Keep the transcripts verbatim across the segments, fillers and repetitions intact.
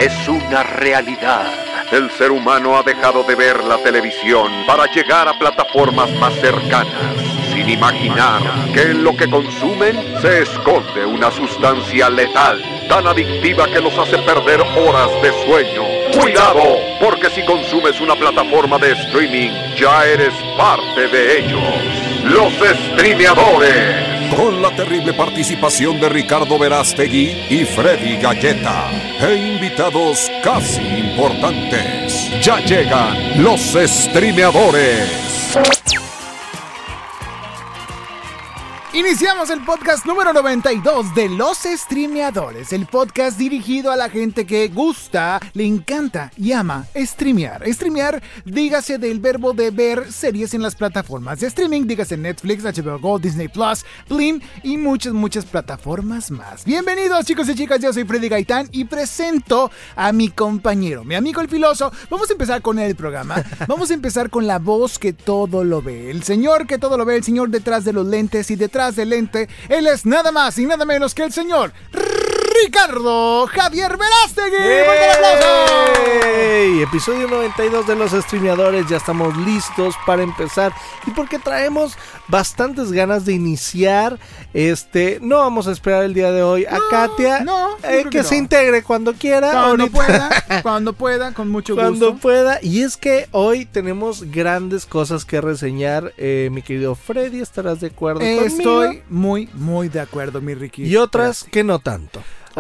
es una realidad. El ser humano ha dejado de ver la televisión para llegar a plataformas más cercanas, sin imaginar que en lo que consumen se esconde una sustancia letal, tan adictiva que los hace perder horas de sueño. ¡Cuidado! Porque si consumes una plataforma de streaming, ya eres parte de ellos. Los streameadores. Con la terrible participación de Ricardo Verástegui y Freddy Galleta. E invitados casi importantes. Ya llegan los streameadores. Iniciamos el podcast número noventa y dos de Los Streameadores, el podcast dirigido a la gente que gusta, le encanta y ama streamear. Streamear, dígase del verbo de ver series en las plataformas de streaming, dígase Netflix, H B O Go, Disney Plus, Blim y muchas, muchas plataformas más. Bienvenidos, chicos y chicas, yo soy Freddy Gaitán y presento a mi compañero, mi amigo el filoso. Vamos a empezar con el programa, vamos a empezar con la voz que todo lo ve, el señor que todo lo ve, el señor detrás de los lentes y detrás del lente, él es nada más y nada menos que el señor Ricardo Javier Verástegui. ¡Hey! Episodio noventa y dos de Los Streameadores, ya estamos listos para empezar y porque traemos bastantes ganas de iniciar. Este, no vamos a esperar el día de hoy a no, Katia, no, eh, que no. se integre cuando quiera, cuando ahorita. pueda, cuando pueda, con mucho gusto. Cuando pueda, y es que hoy tenemos grandes cosas que reseñar, eh, mi querido Freddy, ¿estarás de acuerdo eh, conmigo? Estoy muy, muy de acuerdo, mi Ricky. Y otras Gracias. que no tanto.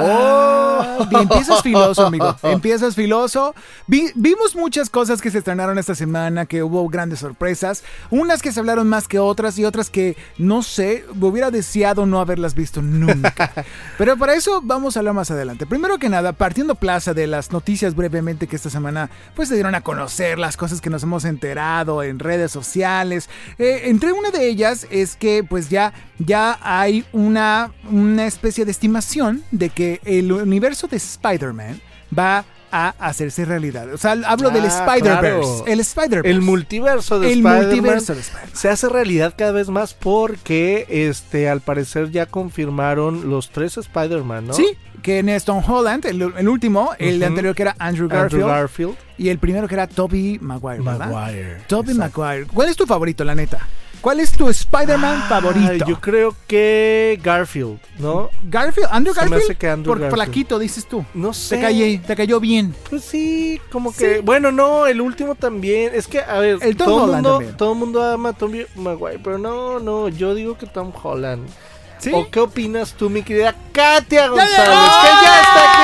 Oh, bien, empiezas filoso, amigo. Empiezas filoso. Vi, vimos muchas cosas que se estrenaron esta semana, que hubo grandes sorpresas. Unas que se hablaron más que otras y otras que, no sé, me hubiera deseado no haberlas visto nunca. Pero para eso vamos a hablar más adelante. Primero que nada, partiendo plaza de las noticias brevemente que esta semana pues se dieron a conocer, las cosas que nos hemos enterado en redes sociales. Eh, entre una de ellas es que pues ya, ya hay una, una especie de estimación de que el universo de Spider-Man va a hacerse realidad. O sea, hablo ah, del Spider-Verse. Claro. El Spider-Verse. El multiverso de el Spider-Man. multiverso de Spider-Man. Se hace realidad cada vez más porque este, al parecer ya confirmaron los tres Spider-Man, ¿no? Sí, que en Tom Holland, el, el último, uh-huh. el anterior que era Andrew Garfield, Andrew Garfield. Y el primero que era Tobey Maguire, ¿verdad? Maguire. Tobey Maguire. ¿Cuál es tu favorito, la neta? ¿Cuál es tu Spider-Man ah, favorito? Yo creo que Garfield, ¿no? Garfield, Andrew Garfield. Se me hace que Andrew por Garfield. Flaquito, dices tú. No sé. Te cayó, te cayó bien. Pues sí, como que. Sí. Bueno, no, el último también. Es que, a ver, el Tom todo Holland mundo, también. todo el mundo ama a Tom Maguire, pero no, no, yo digo que Tom Holland. ¿Sí? ¿O qué opinas tú, mi querida Katia González? ¡Que ya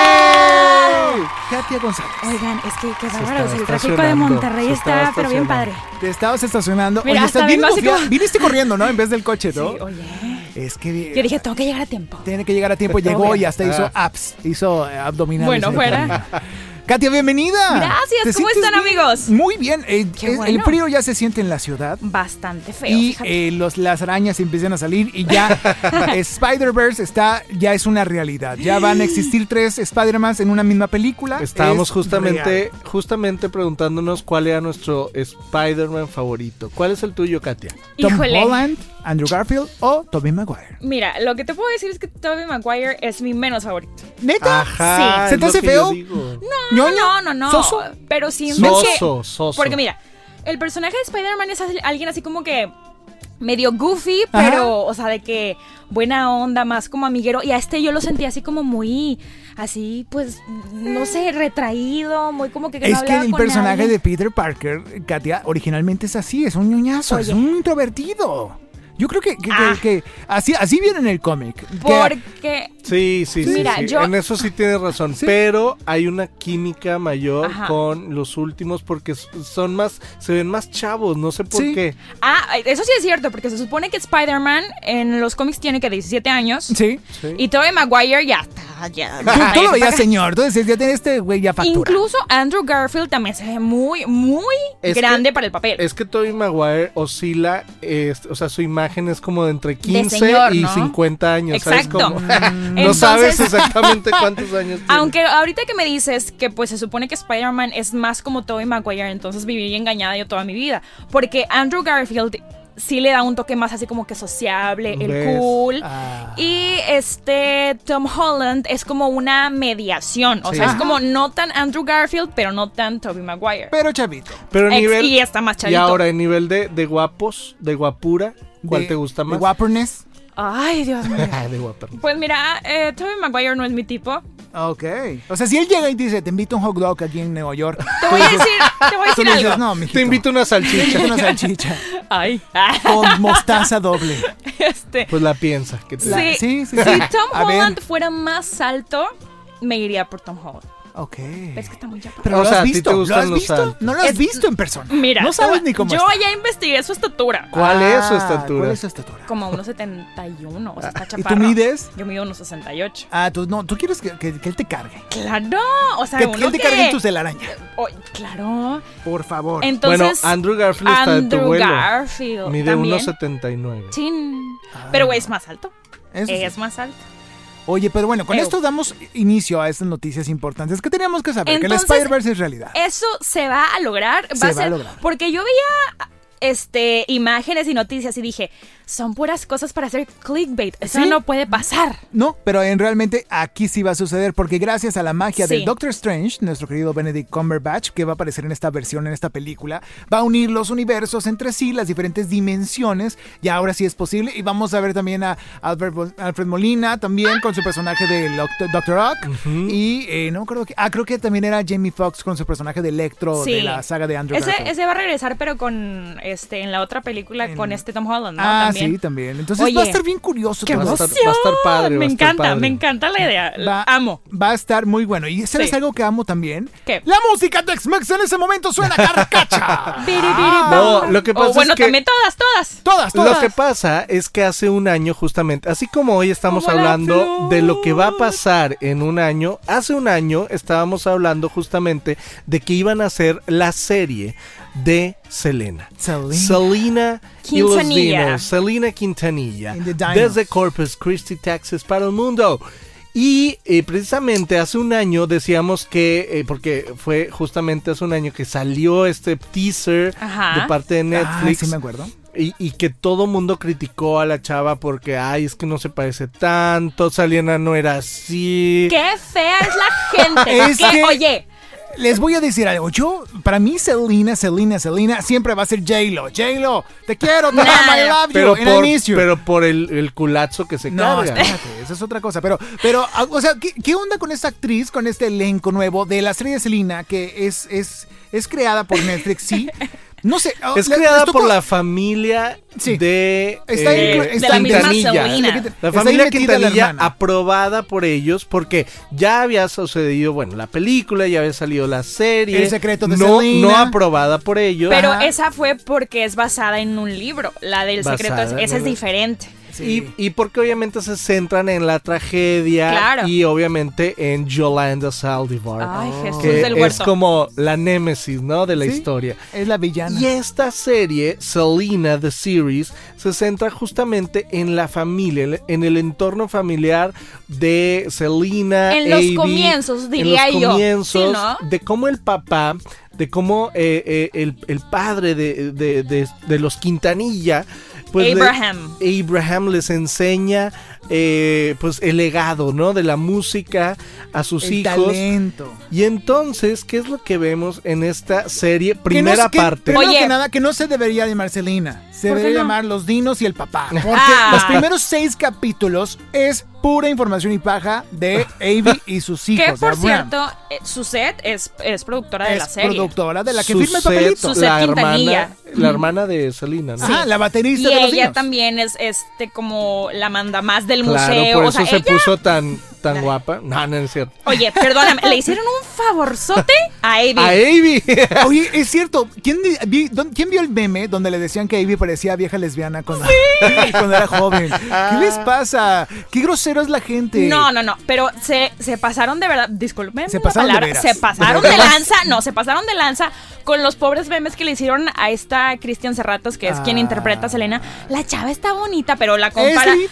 está aquí! Katia González. Oigan, es que qué bárbaro, el tráfico de Monterrey está, pero bien padre. Te estabas estacionando. Mira, Oye, hasta bien básico... viniste corriendo, ¿no? En vez del coche, ¿no? Sí, oye. Es que... Yo dije, tengo que llegar a tiempo. Tiene que llegar a tiempo, llegó y hasta hizo abs, hizo abdominales. Bueno, fuera. Katia, bienvenida. Gracias, ¿cómo están, bien? amigos? Muy bien. Eh, Qué es, bueno. El frío ya se siente en la ciudad. Bastante feo. Y eh, los, las arañas empiezan a salir y ya Spider-Verse está, ya es una realidad. Ya van a existir tres Spider-Mans en una misma película. Estábamos es justamente, real. justamente preguntándonos cuál era nuestro Spider-Man favorito. ¿Cuál es el tuyo, Katia? Tom Híjole. Holland, Andrew Garfield o Tobey Maguire. Mira, lo que te puedo decir es que Tobey Maguire es mi menos favorito. ¿Neta? Ajá, sí. ¿Se te hace feo? No, ¿Ñoño? no, no, no. ¿Soso? Pero sí soso, que... soso. Porque mira, el personaje de Spider-Man es alguien así como que medio goofy, pero, Ajá. o sea, de que buena onda, más como amiguero. Y a este yo lo sentí así como muy, así, pues, no sé, retraído, muy como que, que Es no que el con personaje nadie. de Peter Parker, Katia, originalmente es así, es un ñoñazo, Oye. es un introvertido. Yo creo que, que, Ah. que, que así, así viene en el cómic. Porque... Sí, sí, sí, Mira, sí. yo- En eso sí tienes razón. Sí. Pero hay una química mayor Ajá. con los últimos porque son más, se ven más chavos, no sé por Sí. qué. Ah, eso sí es cierto, porque se supone que Spider-Man en los cómics tiene que diecisiete años. Sí. Sí. Y Tobey Maguire ya está, ya. Tú, tú lo veías, señor. Tú decías, ya tiene este güey ya factura. Incluso Andrew Garfield también se ve muy, muy Es grande que- para el papel. Es que Tobey Maguire oscila, eh, o sea, su imagen es como de entre quince señor, y ¿no? cincuenta años. Exacto. ¿Sabes cómo? no Entonces- sabes exactamente cuántos años tiene. Aunque ahorita que me dices que pues se supone que Spider-Man es más como Tobey Maguire, entonces viví engañada yo toda mi vida. Porque Andrew Garfield sí le da un toque más así como que sociable, el ¿Ves? cool. Ah. Y este Tom Holland es como una mediación. O Sí. sea, es Ajá. como no tan Andrew Garfield, pero no tan Tobey Maguire. Pero chavito. Pero a Ex- nivel... y está más Y chavito. ahora, en nivel de, de guapos, de guapura, ¿cuál De- te gusta de más? guaperness. Ay, Dios mío. de guapura. Pues mira, eh, Tobey Maguire no es mi tipo. Ok. O sea, si él llega y dice, te invito a un hot dog aquí en Nueva York. Te voy a decir, te voy a Tú decir le dices, algo. no, mijito. Te invito una Te invito salchicha. una salchicha. Ay. Con mostaza doble. Este. Pues la piensa. Que te... La- Sí, sí, sí, si sí. Tom A ver. Holland fuera más alto, me iría por Tom Holland. Ok. ¿Ves que está muy chaparro? Pero O ¿lo sea, has a ti te visto? ¿Lo gustan has los visto? altos. No lo has Es- visto en persona. Mira, no te sabes voy- ni cómo yo está. ya investigué su estatura. ¿Cuál es su Ah, estatura? ¿Cuál es su estatura? Como uno setenta y uno, o sea, está ¿Y chaparro. tú mides? Yo mido uno sesenta y ocho. Ah, tú no, tú quieres que, que- que él te cargue. Claro, o sea, Que, uno que él te que... cargue en tu telaraña. Oh, claro. Por favor. Entonces, Bueno, Andrew Garfield está de tu Andrew vuelo. Garfield Mide también. uno setenta y nueve. Chin. Ah, Pero es más alto. eso sí. Es más alto. Oye, pero bueno, con Ew. esto damos inicio a estas noticias importantes que teníamos que saber, Entonces, que el Spider-Verse es realidad. Eso se va a lograr. Se Va a va a ser, lograr. Porque yo veía este imágenes y noticias y dije, son puras cosas para hacer clickbait. Eso ¿Sí? no puede pasar. No, pero en realmente aquí sí va a suceder porque gracias a la magia Sí. del Doctor Strange, nuestro querido Benedict Cumberbatch, que va a aparecer en esta versión, en esta película, va a unir los universos entre sí, las diferentes dimensiones, y ahora sí es posible. Y vamos a ver también a Albert, Bo- Alfred Molina, también con su personaje de Doctor Doctor Ock. Y eh, no creo que... Ah, creo que también era Jamie Foxx con su personaje de Electro Sí. de la saga de Andrew Ese, Garfield. ese va a regresar, pero con este en la otra película En- con este Tom Holland, ¿no? Ah, También. sí, también. Entonces Oye, va a estar bien curioso. ¡Qué todo va a esto. estar- va a estar padre, me va a estar encanta, padre. me encanta la idea. Va, Amo. va a estar muy bueno. ¿Y sabes Sí. algo que amo también? ¿Qué? La música Tex-Mex en ese momento suena carcacha. Biri, biri, No, bam. lo que O pasa bueno, es que- también todas, todas. Todas, todas. Lo que pasa es que hace un año justamente, así como hoy estamos Como la hablando flor. de lo que va a pasar en un año, hace un año estábamos hablando justamente de que iban a hacer la serie de Selena. Selena. Selena y los Quintanilla. Dinos. Selena Quintanilla. In the Dinos. Desde Corpus Christi, Texas, para el mundo. Y eh, precisamente hace un año decíamos que, eh, porque fue justamente hace un año que salió este teaser Ajá. de parte de Netflix. Ah, sí me acuerdo. Y, y que todo mundo criticó a la chava porque, ay, es que no se parece tanto, Selena no era así. Qué fea es la gente. Es que, que- oye, Les voy a decir algo. Yo, para mí, Selena, Selena, Selena siempre va a ser J-Lo. J-Lo, te quiero, te Nah. amo, I love you. Pero and I por, miss you. pero por el, el culazo que se No, carga. espérate, eso es otra cosa. Pero, pero ah, o sea, ¿qué, qué onda con esta actriz, con este elenco nuevo de la serie de Selena, que es, es, es creada por Netflix, sí? No sé. ah, Es les- creada les tocó- por la familia Sí. de, Está eh, inclu- de está la misma Quintanilla. Selena. La Está familia ahí metida la Quintanilla hermana. aprobada por ellos porque ya había sucedido, bueno, la película, ya había salido la serie. El secreto de no, Selena. no aprobada por ellos. pero Ajá. esa fue porque es basada en un libro. La del Basada secreto, es, en esa es un- diferente. Sí. Y, y porque obviamente se centran en la tragedia Claro. y obviamente en Yolanda Saldívar. Ay, Jesús que del es huerto. como la némesis, ¿no? De la Sí, historia. Es la villana. Y esta serie, Selena, The Series, se centra justamente en la familia, en el entorno familiar de Selena. En los Abby, comienzos, diría en los yo. comienzos, Sí, ¿no? de cómo el papá, de cómo eh, eh, el, el padre de, de, de, de los Quintanilla, pues le- Abraham. Abraham les enseña eh, pues el legado, ¿no? De la música a sus El hijos. talento. Y entonces, ¿qué es lo que vemos en esta serie? Que no Primera es- que- parte. Primero Oye. que nada, que no se debería llamar Selena. Se ¿Por qué debería no? llamar Los Dinos y el Papá. Porque Ah. los primeros seis capítulos es pura información y paja de Abby y sus hijos. Que de por Abraham. cierto, eh, Suzette es, es productora de Es la serie. productora de la que Suzette, firma el papelito. Suzette la Quintanilla. hermana, la hermana de Selena, ¿no? Ajá, la Y baterista de Los ella Dinos. también es este como la manda más del Claro, museo. por O eso sea, se ella. puso tan, tan guapa. No, no es cierto. Oye, perdóname, le hicieron un favorzote a Abby. A Abby. Oye, es cierto. ¿Quién, di- vi- don- ¿Quién vio el meme donde le decían que Abby parecía vieja lesbiana cuando, cuando era joven? ¿Qué les pasa? Qué grosero es la gente. No, no, no, pero se, se pasaron de verdad, disculpen Se la pasaron de palabra, veras. se pasaron De de veras. lanza, no, se pasaron de lanza con los pobres memes que le hicieron a esta Cristian Serratos, que es quien Ah. interpreta a Selena. La chava está bonita, pero la Es compara... bonita.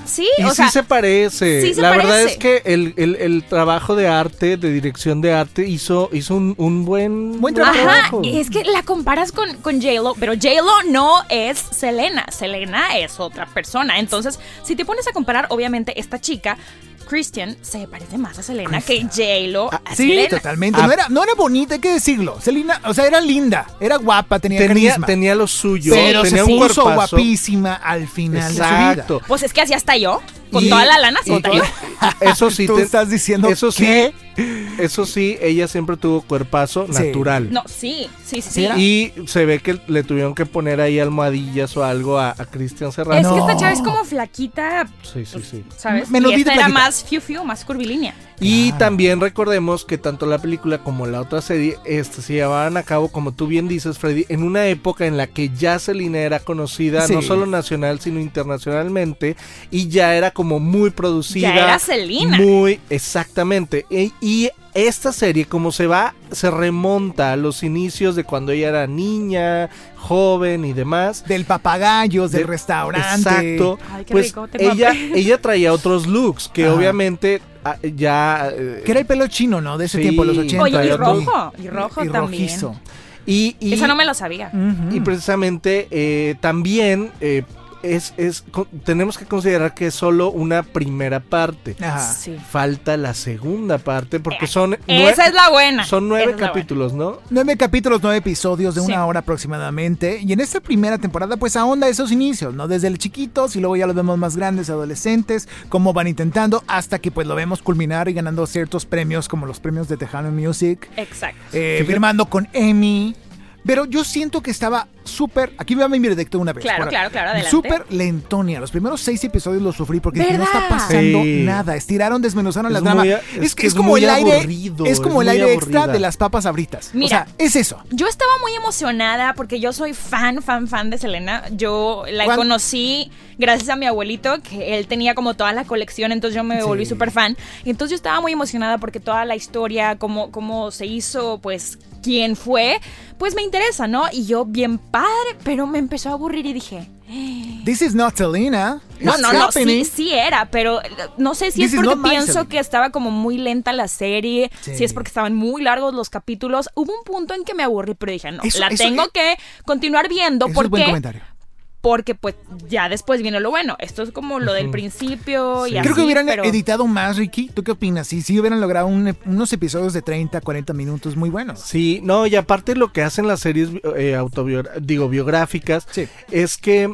Sí, Y o sí sea, se parece. sí se la parece. verdad es que el, el, el trabajo de arte, de dirección de arte, hizo, hizo un, un buen, Buen Ajá, trabajo. y es que la comparas con, con J-Lo, pero J-Lo no es Selena, Selena es otra persona. Entonces, si te pones a comparar, obviamente, esta chica, Christian, se parece más a Selena que J-Lo a Sí, Selena. totalmente. Ah. No era, no era bonita, hay que decirlo. Selena, o sea, era linda, era guapa, tenía, Tenía, carisma. tenía lo suyo. pero tenía se un puso cuerpazo. guapísima al final Exacto. de su Pues es que así hasta yo, con Y- toda la lana, sí, y- hasta yo. Eso sí, vida. Tú te- estás diciendo eso sí, que eso sí, ella siempre tuvo cuerpazo Sí. natural. No, sí, sí, sí. ¿Sí sí. era? Y se ve que le tuvieron que poner ahí almohadillas o algo a, a Cristian Serrano. Es No. que esta chava es como flaquita, Sí, sí, sí. ¿sabes? Menos y esta vida era flaquita. más fiu fiu, más curvilínea. Y Claro. también recordemos que tanto la película como la otra serie este, se llevaban a cabo, como tú bien dices, Freddy, en una época en la que ya Selena era conocida Sí. no solo nacional, sino internacionalmente, y ya era como muy producida. Ya era Selena. Muy, exactamente. Y, y esta serie, como se va, se remonta a los inicios de cuando ella era niña, joven y demás. del papagayo, del De- restaurante. Exacto. Ay, qué Pues rico, tengo ella, hambre. ella traía otros looks que Ajá. obviamente ah, ya... eh, Que era el pelo chino, ¿no? De ese Sí. tiempo, los ochenta. Oye, y Oye, rojo, y rojo y también. rojizo. y, y, Eso no me lo sabía. Ujú. y precisamente eh, también eh, es, es, co- tenemos que considerar que es solo una primera parte. Ajá. Sí. Falta la segunda parte porque Eh, son, nue- Esa es la buena. son nueve Esa es la capítulos, ¿no? Nueve capítulos, nueve episodios de Sí. una hora aproximadamente. Y en esta primera temporada, pues ahonda esos inicios, ¿no? Desde el chiquitos y luego ya los vemos más grandes, adolescentes, cómo van intentando, hasta que pues lo vemos culminar y ganando ciertos premios, como los premios de Tejano Music, buena. Exacto. eh, Fíjate. firmando con Emmy. Pero yo siento que estaba súper. Aquí voy a mi directo una vez. Claro, por- claro, claro, adelante. Súper lentonia. Los primeros seis episodios los sufrí porque dije, no ¿Verdad? está pasando Sí. nada. Estiraron, desmenuzaron la Es trama. muy- Es, es que que es es como muy el aire. aburrido, Es como es el muy aire extra aburrida. de las papas abritas. Mira. O sea, es eso. Yo estaba muy emocionada porque yo soy fan, fan, fan de Selena. Yo la ¿Cuán- conocí gracias a mi abuelito, que él tenía como toda la colección, entonces yo me Sí. volví súper fan. Y entonces yo estaba muy emocionada porque toda la historia, cómo, cómo se hizo, pues quién fue, pues me interesa, ¿no? Y yo bien padre, pero me empezó a aburrir y dije... This is not Selena. No, It's no, no, happening. sí, sí era, pero eh, no sé si This es is porque not my pienso Selena. que estaba como muy lenta la serie, Sí. si es porque estaban muy largos los capítulos. Hubo un punto en que me aburrí, pero dije, no, Eso- la eso- tengo que continuar viendo. Eso ¿Por es buen qué? comentario. Porque pues ya después viene lo bueno. Esto es como lo del principio y Sí. así, Creo que hubieran pero... editado más, Ricky. ¿Tú qué opinas? Si sí hubieran logrado un- unos episodios de treinta, cuarenta minutos muy buenos. Sí, no, y aparte lo que hacen las series eh, autobio- digo, biográficas Sí. es que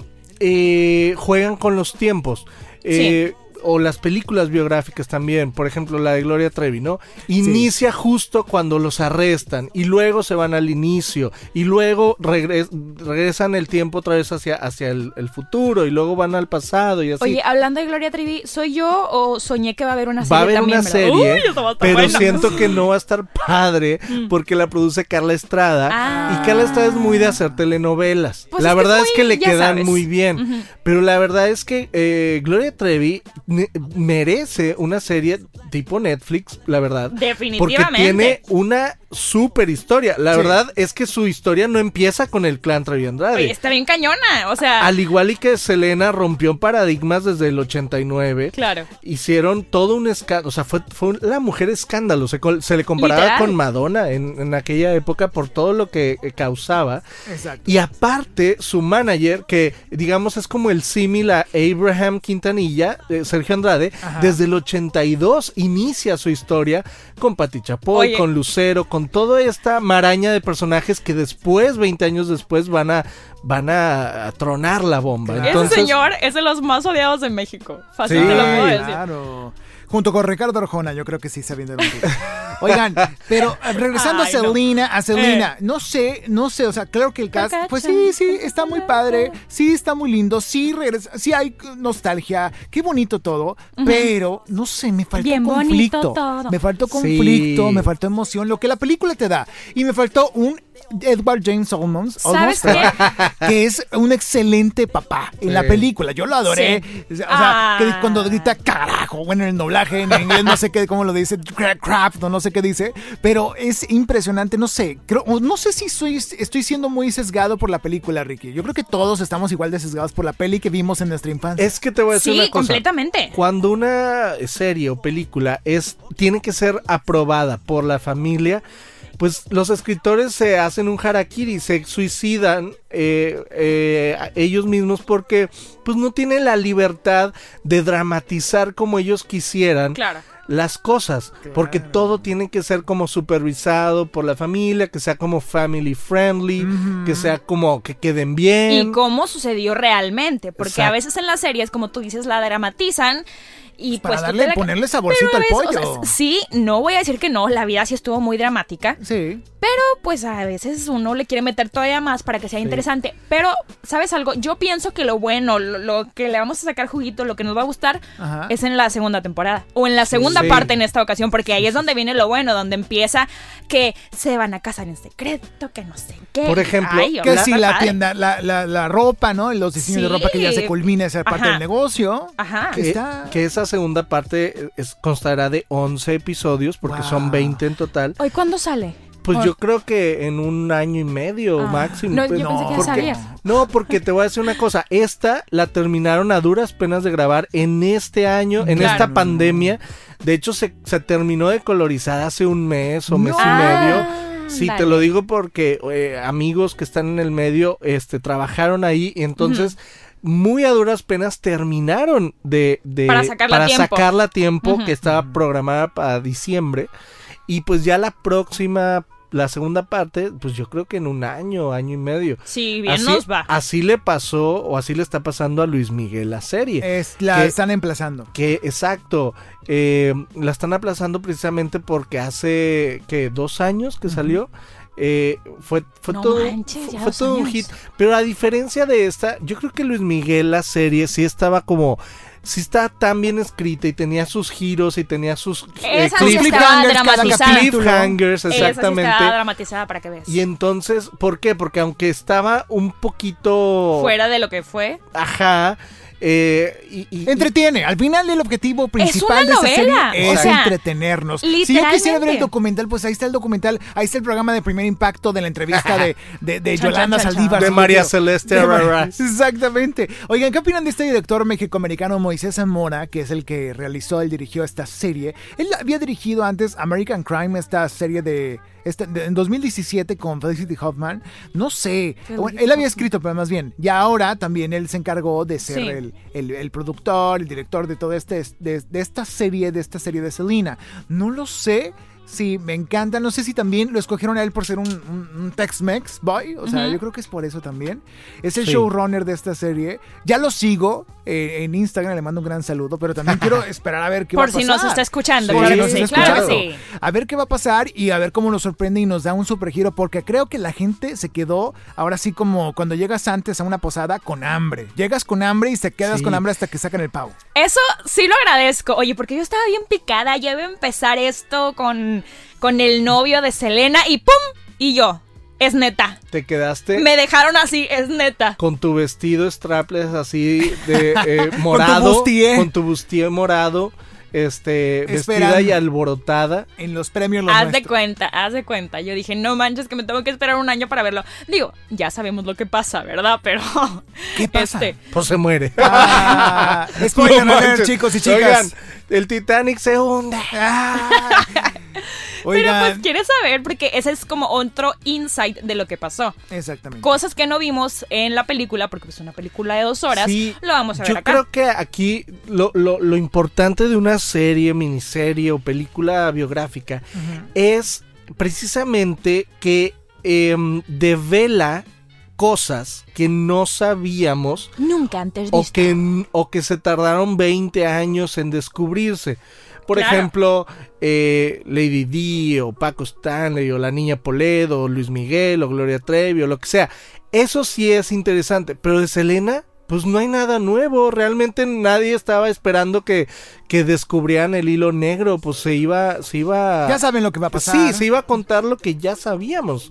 eh, juegan con los tiempos. Eh, O las películas biográficas también, por ejemplo la de Gloria Trevi, ¿no? Inicia justo cuando los arrestan y luego se van al inicio y luego regres- regresan el tiempo otra vez hacia, hacia el, el futuro y luego van al pasado y así. Oye, hablando de Gloria Trevi, ¿soy yo o soñé que va a haber una serie Va a haber también, una verdad? serie, Uy, eso va a estar pero bueno. siento que no va a estar padre porque la produce Carla Estrada Ah. y Carla Estrada es muy de hacer telenovelas. Pues la es que verdad es es muy- que le ya quedan sabes. muy bien, Ujú. pero la verdad es que eh, Gloria Trevi ne- merece una serie tipo Netflix, la verdad. Porque Definitivamente. tiene una super historia. La Sí. verdad es que su historia no empieza con el clan Trevi Andrade. Oye, está bien cañona, o sea... Al igual y que Selena rompió paradigmas desde el ochenta y nueve. Claro. Hicieron todo un escándalo, o sea, fue, fue la mujer escándalo, se, col- se le comparaba Literal. con Madonna en, en aquella época por todo lo que eh, causaba. Exacto. Y aparte, su manager, que digamos es como el símil a Abraham Quintanilla, eh, Sergio Andrade, Ajá. desde el ochenta y dos inicia su historia con Pati Chapoy, Oye. con Lucero, con toda esta maraña de personajes que después, veinte años después, van a, van a, a tronar la bomba. Claro. Entonces, Ese señor es de los más odiados de México. Fácil Sí, te lo puedo decir. Claro. Junto con Ricardo Arjona, yo creo que sí sabiendo de un tipo. Oigan, pero eh, regresando Ay, a no. Selena, a Selena, no sé, no sé, o sea, claro que el cast, Cacacha. pues sí, sí, está muy padre, sí está muy lindo, sí regresa, sí hay nostalgia, qué bonito todo, pero no sé, me faltó Bien bonito conflicto, todo. me faltó Sí. conflicto, me faltó emoción, lo que la película te da, y me faltó un Edward James Olmos, ¿Sabes Olmos, qué? que es un excelente papá en Sí. la película. Yo lo adoré. Sí. O sea, Ah. que cuando grita carajo, bueno, en el doblaje en inglés no sé qué, cómo lo dice, cra- crap, no, no sé qué dice, pero es impresionante, no sé, creo, no sé si soy, estoy siendo muy sesgado por la película, Ricky. Yo creo que todos estamos igual de sesgados por la peli que vimos en nuestra infancia. Es que te voy a decir Sí, una cosa. completamente. Cuando una serie o película es tiene que ser aprobada por la familia, pues los escritores se hacen un harakiri, se suicidan eh, eh, a ellos mismos porque pues no tienen la libertad de dramatizar como ellos quisieran. Claro. Las cosas, porque todo tiene que ser como supervisado por la familia, que sea como family friendly, Ujú. que sea como que queden bien. Y cómo sucedió realmente, porque Exacto. a veces en las series, como tú dices, la dramatizan y Para pues tú darle, te la- ponerle saborcito Pero al a veces, pollo. o sea, sí, no voy a decir que no, la vida sí estuvo muy dramática, Sí. pero pues a veces uno le quiere meter todavía más para que sea interesante. Pero, ¿sabes algo? Yo pienso que lo bueno, lo, lo que le vamos a sacar juguito, lo que nos va a gustar, Ajá. es en la segunda temporada. O en la segunda Sí. parte en esta ocasión, porque ahí es donde viene lo bueno, donde empieza que se van a casar en secreto, que no sé qué. Por ejemplo, Ay, Que está sí, la padre. tienda, la, la, la ropa, ¿no? Los diseños de Sí. ropa que ya se culmina esa parte Ajá. del negocio. Ajá. Que Que, está- que esa segunda parte es, constará de once episodios, porque Wow. son veinte en total. ¿Hoy cuándo sale? Pues Oh. yo creo que en un año y medio Ah. máximo. No, pues, yo pensé que ya porque- sabías. No, porque te voy a decir una cosa. Esta la terminaron a duras penas de grabar en este año, en Claro. esta pandemia. De hecho, se, se terminó de colorizar hace un mes o mes No. y medio. Ah, Sí, dale. te lo digo porque eh, amigos que están en el medio este, trabajaron ahí y entonces muy a duras penas terminaron de, de- Para sacarla a tiempo. sacarla a tiempo, Ujú. que estaba programada para diciembre. Y pues ya la próxima, la segunda parte, pues yo creo que en un año, año y medio. Sí, bien Así, nos va. así le pasó o así le está pasando a Luis Miguel la serie. Es, la que- están emplazando. Que exacto, eh, la están aplazando precisamente porque hace que dos años que salió. eh, fue fue No todo, manches, fue, ya fue dos todo un años. hit, pero a diferencia de esta, yo creo que Luis Miguel la serie sí estaba como, sí estaba tan bien escrita y tenía sus giros y tenía sus eh, Esa sí cliff- estaba cliffhangers cada dramatizada. capítulo. cliffhangers, Esa sí exactamente. estaba dramatizada para que veas. Y entonces, ¿por qué? Porque aunque estaba un poquito Fuera de lo que fue. ajá, eh, y, y- Entretiene. Al final el objetivo principal una de esta novela, serie o es sea, entretenernos. Si yo literalmente. quisiera ver el documental, pues ahí está el documental, ahí está el programa de Primer Impacto de la entrevista de, de, de Chan, Yolanda chan, chan, Saldívar. de si yo María quiero. Celeste De Mar- Arrarás. Exactamente. Oigan, ¿qué opinan de este director mexicoamericano Moisés Zamora, que es el que realizó, él dirigió esta serie? Él había dirigido antes American Crime, esta serie de... Este, de- en dos mil diecisiete con Felicity Huffman, no sé, bueno, él había escrito, pero más bien, y ahora también él se encargó de ser Sí. el, el, el productor, el director de todo este, de, de esta serie, de esta serie de Selena. No lo sé. Sí, me encanta. No sé si también lo escogieron a él por ser un, un, un Tex-Mex boy. O sea, Ujú. yo creo que es por eso también. Es el Sí. showrunner de esta serie. Ya lo sigo eh, en Instagram, le mando un gran saludo, pero también quiero esperar a ver qué va a Por pasar. si nos está escuchando, Por claro si que nos sí, está claro que escuchando. sí. A ver qué va a pasar y a ver cómo nos sorprende y nos da un super giro, porque creo que la gente se quedó, ahora sí como cuando llegas antes a una posada, con hambre. Llegas con hambre y se quedas Sí. con hambre hasta que sacan el pavo. Eso sí lo agradezco. Oye, porque yo estaba bien picada. Ya iba a empezar esto con, con el novio de Selena y ¡pum! Y yo, es neta. te quedaste Me dejaron así, es neta. con tu vestido strapless así de eh, morado, bustier. con tu bustier morado, este, vestida Esperando. y alborotada. En los premios los Haz de nuestros. cuenta, haz de cuenta. Yo dije, no manches, que me tengo que esperar un año para verlo. Digo, ya sabemos lo que pasa, ¿verdad? Pero. ¿Qué pasa? Este, Pues se muere. Ah, spoiler No alert, manches. chicos y chicas. Oigan, el Titanic se hunde. Ah. pero Oigan, pues quieres saber, porque ese es como otro insight de lo que pasó. exactamente. Cosas que no vimos en la película, porque es una película de dos horas. Sí, Lo vamos a ver yo acá. creo que aquí lo, lo- lo importante de una serie, miniserie o película biográfica es precisamente que em, devela cosas que no sabíamos Nunca antes o visto. que, o que se tardaron veinte años en descubrirse. Por Claro. ejemplo, eh, Lady Di o Paco Stanley o la Niña Poledo o Luis Miguel o Gloria Trevi o lo que sea. Eso sí es interesante, pero de Selena, pues no hay nada nuevo. Realmente nadie estaba esperando que, que descubrieran el hilo negro. Pues se iba, se iba... Ya saben lo que va a pasar. Sí, se iba a contar lo que ya sabíamos.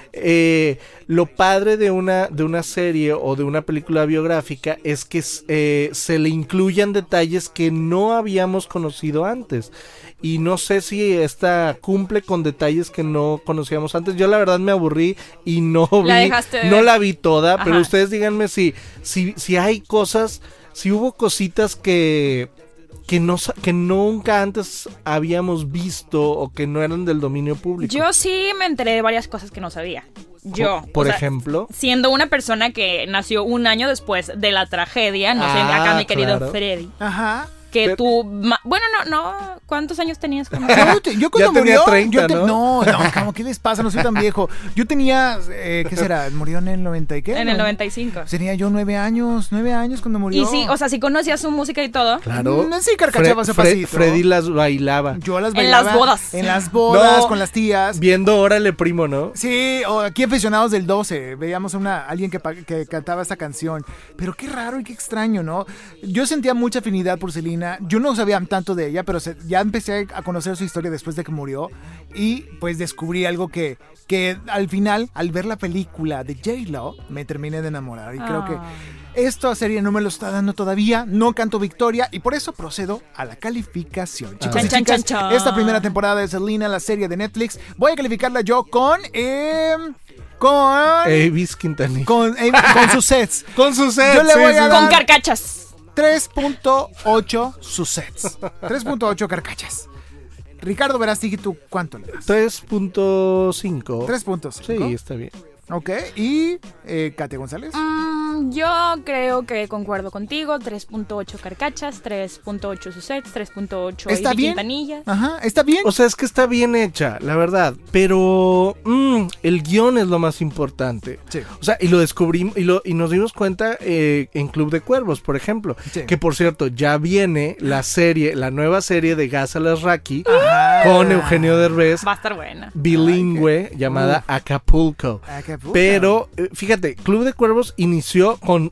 eh, lo padre de una, de una serie o de una película biográfica es que eh, se le incluyan detalles que no habíamos conocido antes. Y no sé si esta cumple con detalles que no conocíamos antes. Yo la verdad me aburrí y no vi, la dejaste no la vi toda, Ajá. pero ustedes díganme si, si, si hay cosas, si hubo cositas que... Que, no, que nunca antes habíamos visto o que no eran del dominio público. Yo sí me enteré de varias cosas que no sabía. Yo, Por o sea, ejemplo, siendo una persona que nació un año después de la tragedia, no sé, Ah, acá mi querido claro. Freddy, Ajá. que Pero- tú, ma- bueno, no, no, ¿cuántos años tenías? cuando- Yo, te- yo cuando Ya tenía murió, treinta, yo te- ¿no? no, no, como, ¿qué les pasa? No soy tan viejo. Yo tenía, eh, ¿qué será? ¿Murió en el noventa y qué? En el noventa y cinco. Tenía yo nueve años, nueve años cuando murió. Y sí, o sea, sí conocías su música y todo. claro. Mm, sí, carcachaba ese pasito. Freddy las bailaba. Yo las En bailaba. las bodas. En las bodas, No. con las tías. Viendo Órale Primo, ¿no? Sí, o aquí aficionados del doce, veíamos a una, alguien que, pa- que cantaba esta canción. Pero qué raro y qué extraño, ¿no? Yo sentía mucha afinidad por Selena. Yo no sabía tanto de ella, pero se- ya empecé a conocer su historia después de que murió. Y pues descubrí algo que, que al final, al ver la película de J-Lo, me terminé de enamorar. Y creo que Ah. esta serie no me lo está dando todavía, no canto victoria y por eso procedo a la calificación. Chicos y Chan, chicas, chan, chan. esta primera temporada de Selena, la serie de Netflix, voy a calificarla yo con... eh, con... Avis Quintanilla. con, eh, con sus sets. Con su set. Yo le sí, voy sí, a sí. dar- Con carcachas. tres punto ocho sus sets. tres punto ocho carcachas. Ricardo Verástegui, ¿tú cuánto le das? tres punto cinco. tres puntos. Sí, está bien. Ok, y eh, Kate González. Mm, yo creo que concuerdo contigo. tres punto ocho carcachas, tres punto ocho susets, tres punto ocho ¿Está Ivy bien? Quintanilla. Ajá, ¿está bien? O sea, es que está bien hecha, la verdad. Pero mm, el guión es lo más importante. Sí. O sea, y lo descubrimos y, lo, y nos dimos cuenta eh, en Club de Cuervos, por ejemplo. Sí. Que por cierto, ya viene la serie, la nueva serie de Gas a las Raki Ajá. con Eugenio Derbez, Va a estar buena. bilingüe, llamada Acapulco. Acapulco. Pero, eh, fíjate, Club de Cuervos inició con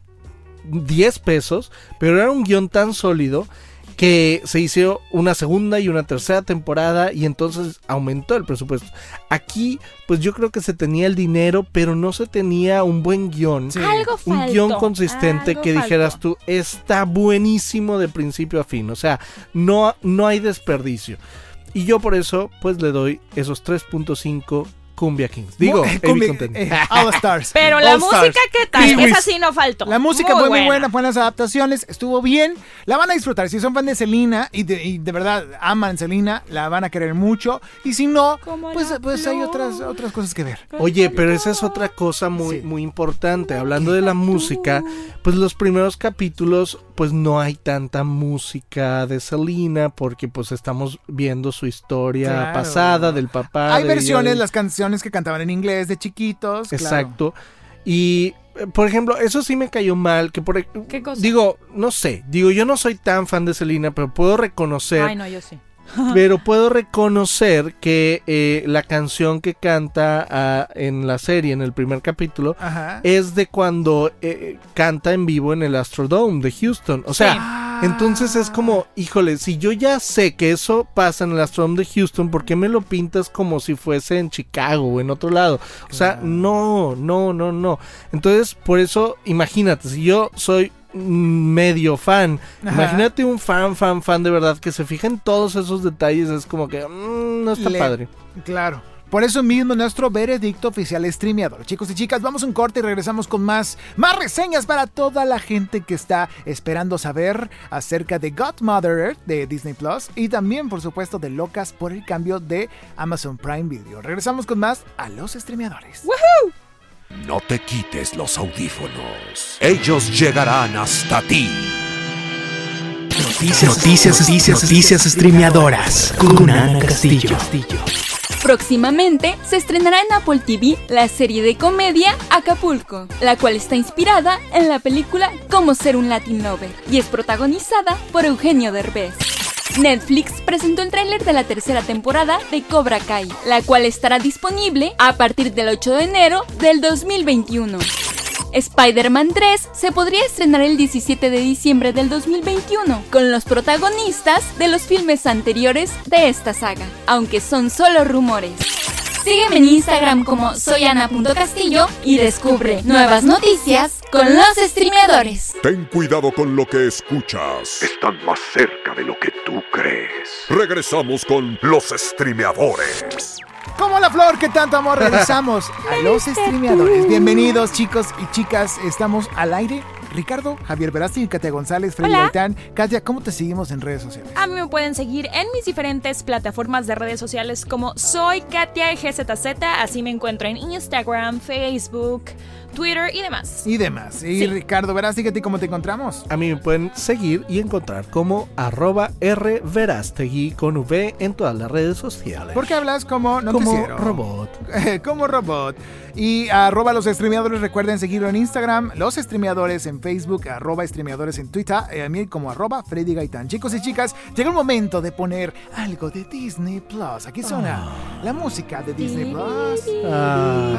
diez pesos, pero era un guión tan sólido que se hizo una segunda y una tercera temporada y entonces aumentó el presupuesto. Aquí, pues yo creo que se tenía el dinero, pero no se tenía un buen guión. Sí. Algo Un faltó. guión consistente algo que faltó. dijeras tú, está buenísimo de principio a fin. O sea, no, no hay desperdicio. Y yo por eso, pues le doy esos tres punto cinco Cumbia Kings. Digo, Mu- Avi Cumbia- Content. eh, All Stars. Pero la All Stars. música, ¿qué tal? Kiwis. Esa sí no faltó. La música muy fue buena. muy buena, buenas adaptaciones, estuvo bien, la van a disfrutar. Si son fan de Selena y de, y de verdad aman Selena, la van a querer mucho. Y si no, Como pues, la pues hay flor. otras, otras cosas que ver. Oye, pero esa es otra cosa muy, Sí. muy importante. Hablando de la música, pues los primeros capítulos, pues no hay tanta música de Selena, porque pues estamos viendo su historia Claro. pasada del papá. Hay de versiones, ella, de- las canciones que cantaban en inglés de chiquitos. claro. Exacto. Y, eh, por ejemplo, eso sí me cayó mal, que por... ¿Qué cosa? Digo, no sé, digo, yo no soy tan fan de Selena, pero puedo reconocer... Ay, no, yo sí. Pero puedo reconocer que eh, la canción que canta ah, en la serie, en el primer capítulo, Ajá. es de cuando eh, canta en vivo en el Astrodome de Houston. O sea, Ah. entonces es como, híjole, si yo ya sé que eso pasa en el Astrodome de Houston, ¿por qué me lo pintas como si fuese en Chicago o en otro lado? O sea, no, no, no, no. Entonces, por eso, imagínate, si yo soy medio fan, Ajá. imagínate un fan, fan, fan de verdad que se fija en todos esos detalles, es como que mm, no está Le- padre. Claro. Por eso mismo nuestro veredicto oficial es streameador. Chicos y chicas, vamos a un corte y regresamos con más, más reseñas para toda la gente que está esperando saber acerca de Godmother de Disney Plus y también, por supuesto, de Locas por el cambio de Amazon Prime Video. Regresamos con más a los streameadores. No te quites los audífonos. Ellos llegarán hasta ti. Noticias, noticias, noticias, noticias streameadoras con Ana Castillo. Próximamente se estrenará en Apple T V la serie de comedia Acapulco, la cual está inspirada en la película Cómo ser un Latin Lover y es protagonizada por Eugenio Derbez. Netflix presentó el tráiler de la tercera temporada de Cobra Kai, la cual estará disponible a partir del ocho de enero del dos mil veintiuno. Spider-Man tres se podría estrenar el diecisiete de diciembre del dos mil veintiuno, con los protagonistas de los filmes anteriores de esta saga, aunque son solo rumores. Sígueme en Instagram como soy ana punto castillo y descubre nuevas noticias con los streameadores. Ten cuidado con lo que escuchas. Están más cerca de lo que tú crees. Regresamos con los streameadores. Como la flor que tanto amor, regresamos a los streameadores. Bienvenidos, chicos y chicas. Estamos al aire. Ricardo, Javier Verástegui, Katia González, Freddy Gaitán. Katia, ¿cómo te seguimos en redes sociales? A mí me pueden seguir en mis diferentes plataformas de redes sociales como soy Katia G Z Z. Así me encuentro en Instagram, Facebook, Twitter y demás. Y demás. Y Sí. Ricardo Verástegui, ¿a ti cómo te encontramos? A mí me pueden seguir y encontrar como arroba rverastegui con V en todas las redes sociales. Porque hablas como no como quisiera. robot. Como robot. Y arroba los streameadores, recuerden seguirlo en Instagram, los streameadores en Facebook, arroba streameadores en Twitter, y a mí como arroba Freddy Gaitán. Chicos y chicas, llega el momento de poner algo de Disney Plus. Aquí suena la música de Disney Plus. Ah.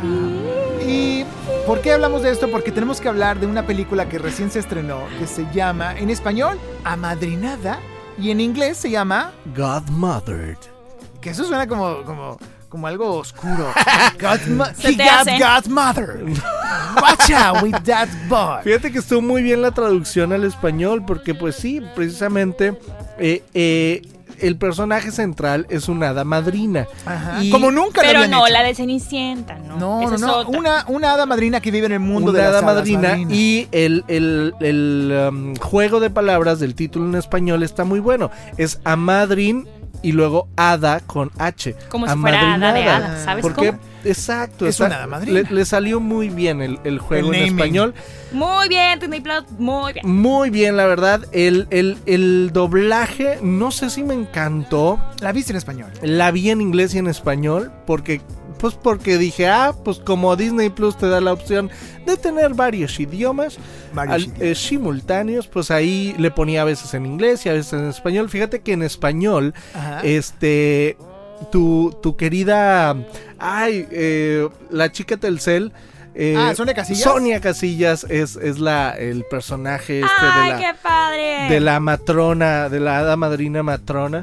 ¿Y por qué hablamos de esto? Porque tenemos que hablar de una película que recién se estrenó, que se llama, en español, Amadrinada, y en inglés se llama Godmothered. Que eso suena como, como, como algo oscuro. Godmo- Se He te got hace. godmother. Watch out with that boy. Fíjate que estuvo muy bien la traducción al español porque pues sí, precisamente eh, eh, el personaje central es una hada madrina. Ajá. Y- Como nunca lo Pero habían no, hecho. la de Cenicienta, ¿no? No, Esa no, es no. otra. Una, una hada madrina que vive en el mundo Una de las hada hadas madrina madrinas. y el, el, el um, juego de palabras del título en español está muy bueno. Es Amadrin y luego hada con H. Como si fuera hada de Amadrinada. hada, ¿sabes Porque, cómo? exacto. Es está- una hada madrina. Le, le salió muy bien el, el juego El en naming. español. Muy bien, Disney Plus, muy bien. Muy bien, la verdad. El, el, el doblaje, no sé si me encantó. La viste en español. La vi en inglés y en español porque pues porque dije, ah, pues como Disney Plus te da la opción de tener varios idiomas, Varios al- idiomas. eh, simultáneos, pues ahí le ponía a veces en inglés y a veces en español. Fíjate que en español, Ajá. este, tu, tu querida, ay, eh, la chica Telcel. eh, Ah, ¿Sonia Casillas? Sonia Casillas es, es la, el personaje este ¡Ay, de la qué padre! de la matrona, de la hada madrina matrona.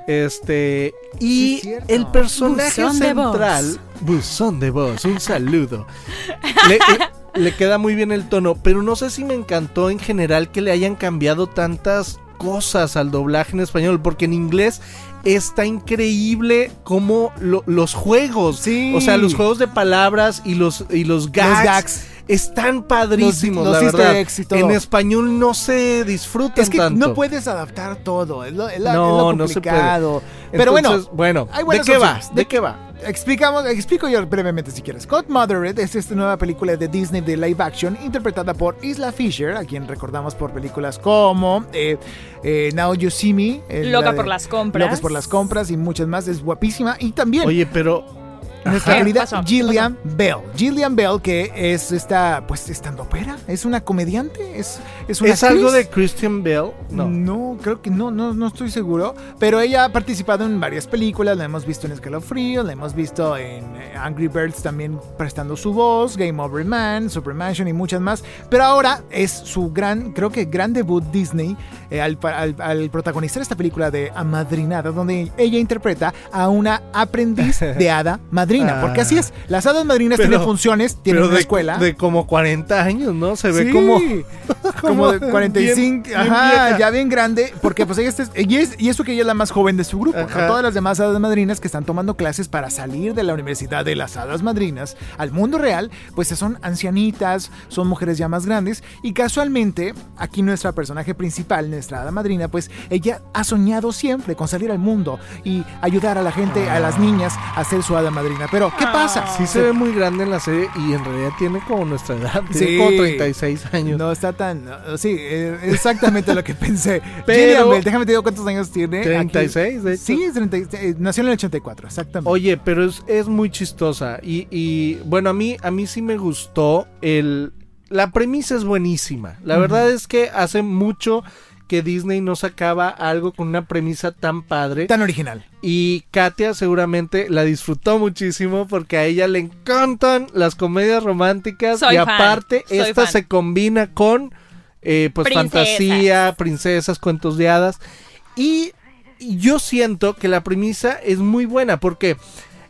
Este, y Sí, cierto. el personaje Buzón de voz. central, buzón de voz, un saludo. Le, le- le queda muy bien el tono, pero no sé si me encantó en general que le hayan cambiado tantas cosas al doblaje en español, porque en inglés está increíble como lo- los juegos, Sí. o sea, los juegos de palabras y los y los gags, Los gags. están padrísimos, Los- los la easter verdad. eggs y todo. En español no se disfrutan Es que tanto. no puedes adaptar todo. Es lo, es la- No, es lo no se puede. complicado. Pero bueno, Entonces, bueno, hay ¿de buenas qué va? opciones. ¿De qué va? Explicamos, explico yo brevemente si quieres. Godmothered es esta nueva película de Disney de live action interpretada por Isla Fisher, a quien recordamos por películas como eh, eh, Now You See Me, eh, Loca la de- por las compras. Locas por las compras y muchas más. Es guapísima. Y también Oye, pero nuestra ¿Qué querida pasó? Gillian Bell. Gillian Bell, que es esta, pues, estandopera, es una comediante, es, es una ¿es algo de actriz. Christian Bell? No. No, creo que no, no, no estoy seguro. Pero ella ha participado en varias películas. La hemos visto en Escalofrío, la hemos visto en eh, Angry Birds también prestando su voz, Game Over Man, Supermansion y muchas más. Pero ahora es su gran, creo que gran debut Disney eh, al, pa- al- al protagonizar esta película de Amadrinada, donde ella interpreta a una aprendiz de hada madrina. Porque así es, las hadas madrinas Pero- tienen funciones, tienen Pero una de, escuela. de como cuarenta años, ¿no? Se ve Sí, como como de cuarenta y cinco, bien- bien ajá, vieja. ya bien grande, porque pues ella es, y, es- y eso que ella es la más joven de su grupo, ¿no? Ajá. Todas las demás hadas madrinas que están tomando clases para salir de la universidad de las hadas madrinas al mundo real, pues son ancianitas, son mujeres ya más grandes, y casualmente aquí nuestra personaje principal, nuestra hada madrina, pues ella ha soñado siempre con salir al mundo y ayudar a la gente, a las niñas, a ser su hada madrina. Pero, ¿qué pasa? Sí se ve muy grande en la serie y en realidad tiene como nuestra edad, tiene Sí. como treinta y seis años. No está tan... no, sí, eh, exactamente lo que pensé. Pero- Gillian Bell, déjame te digo cuántos años tiene. treinta y Aquí. seis, de hecho. Sí, es treinta y seis, eh, nació en el ochenta y cuatro, exactamente. Oye, pero es, es muy chistosa y, y, bueno, a mí, a mí sí me gustó el... La premisa es buenísima. La Ujú. verdad es que hace mucho que Disney no sacaba algo con una premisa tan padre. Tan original. Y Katia seguramente la disfrutó muchísimo porque a ella le encantan las comedias románticas. Soy y fan, aparte, soy esta fan. se combina con eh, pues Princesas. fantasía, princesas, cuentos de hadas. Y, y yo siento que la premisa es muy buena porque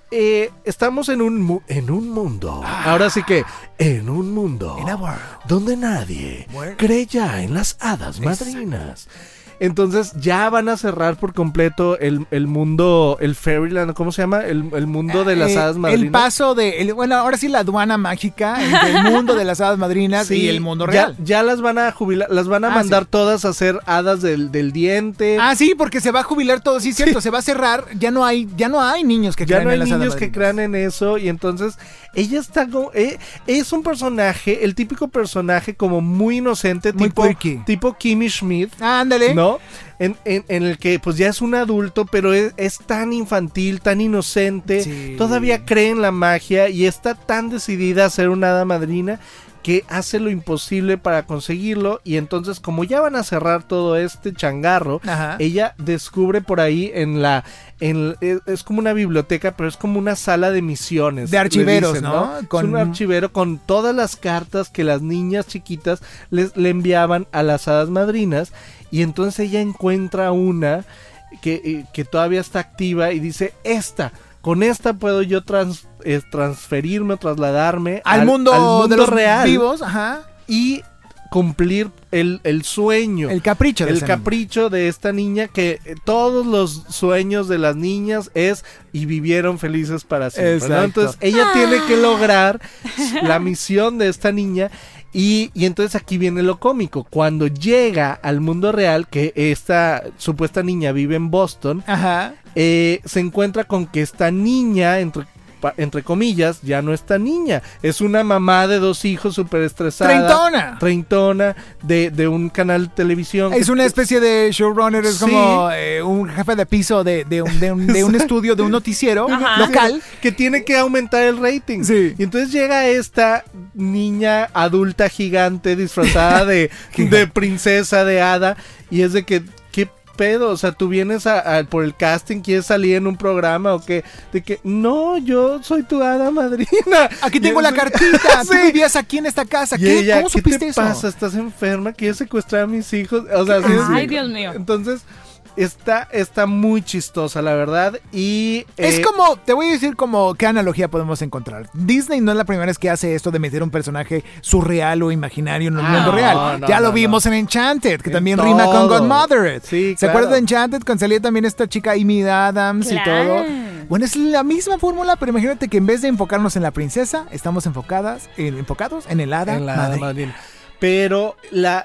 eh, estamos en un, mu- en un mundo, ah. ahora sí que, en un mundo donde nadie Where? cree ya en las hadas madrinas. Entonces ya van a cerrar por completo el, el mundo, el Fairyland, ¿cómo se llama? El, el mundo de las eh, hadas madrinas. El paso de, el, bueno, ahora sí la aduana mágica entre el mundo de las hadas madrinas sí, y el mundo real. Ya, ya las van a jubilar, las van a ah, mandar sí. todas a ser hadas del, del diente. Ah, sí, porque se va a jubilar todo, sí, cierto, sí. se va a cerrar, ya no hay, ya no hay niños que ya crean no hay en las niños hadas que madrinas. crean en eso y entonces ella está como, eh, es un personaje, el típico personaje como muy inocente, muy tipo, quirky. tipo Kimmy Schmidt. Ah, ándale. ¿No? En, en, en el que pues ya es un adulto, pero es, es tan infantil, tan inocente, sí. todavía cree en la magia y está tan decidida a ser una hada madrina que hace lo imposible para conseguirlo. Y entonces, como ya van a cerrar todo este changarro, Ajá. ella descubre por ahí en la... En, es, es como una biblioteca, pero es como una sala de misiones. De archiveros, dicen, ¿no? ¿no? Con... Es un archivero con todas las cartas que las niñas chiquitas les, le enviaban a las hadas madrinas. Y entonces ella encuentra una que, que todavía está activa y dice, esta, con esta puedo yo trans, eh, transferirme, trasladarme al, al, mundo, al mundo de los real vivos, ajá. y cumplir el, el sueño. El capricho. De el capricho niña. de esta niña, que eh, todos los sueños de las niñas es y vivieron felices para siempre, ¿no? Entonces ella ah. tiene que lograr la misión de esta niña. Y, y entonces aquí viene lo cómico. Cuando llega al mundo real, que esta supuesta niña vive en Boston, Ajá. Eh, se encuentra con que esta niña, entre, entre comillas, ya no es tan niña. Es una mamá de dos hijos súper estresada. Treintona. Treintona de, de un canal de televisión. Es que, una especie de showrunner, es sí. como eh, un jefe de piso de, de, un, de, un, de un estudio, de un noticiero Ajá. local. Que tiene que aumentar el rating. Sí. Y entonces llega esta niña adulta gigante disfrazada de, de princesa, de hada. Y es de que... pedo, o sea, tú vienes a, a, por el casting, quieres salir en un programa o qué, de que, no, yo soy tu hada madrina. Aquí tengo la cartita, sí. Tú vivías aquí en esta casa, ¿qué? Ella, ¿Cómo supiste ¿qué te eso? pasa? ¿Estás enferma? ¿Quieres secuestrar a mis hijos? O sea, sí, Ay, sí. Dios mío. Entonces... Está, está muy chistosa, la verdad. Y es eh, como, te voy a decir como qué analogía podemos encontrar. Disney no es la primera vez que hace esto de meter un personaje surreal o imaginario en el ah, mundo real. No, no, ya no, lo vimos no. en Enchanted, que en también todo. rima con Godmothered. Sí, ¿Se claro. acuerdan de Enchanted? Cuando salía también esta chica Amy Adams claro. y todo. Bueno, es la misma fórmula, pero imagínate que en vez de enfocarnos en la princesa, estamos enfocadas, en, enfocados en el hada en la madrina. madrina. Pero la...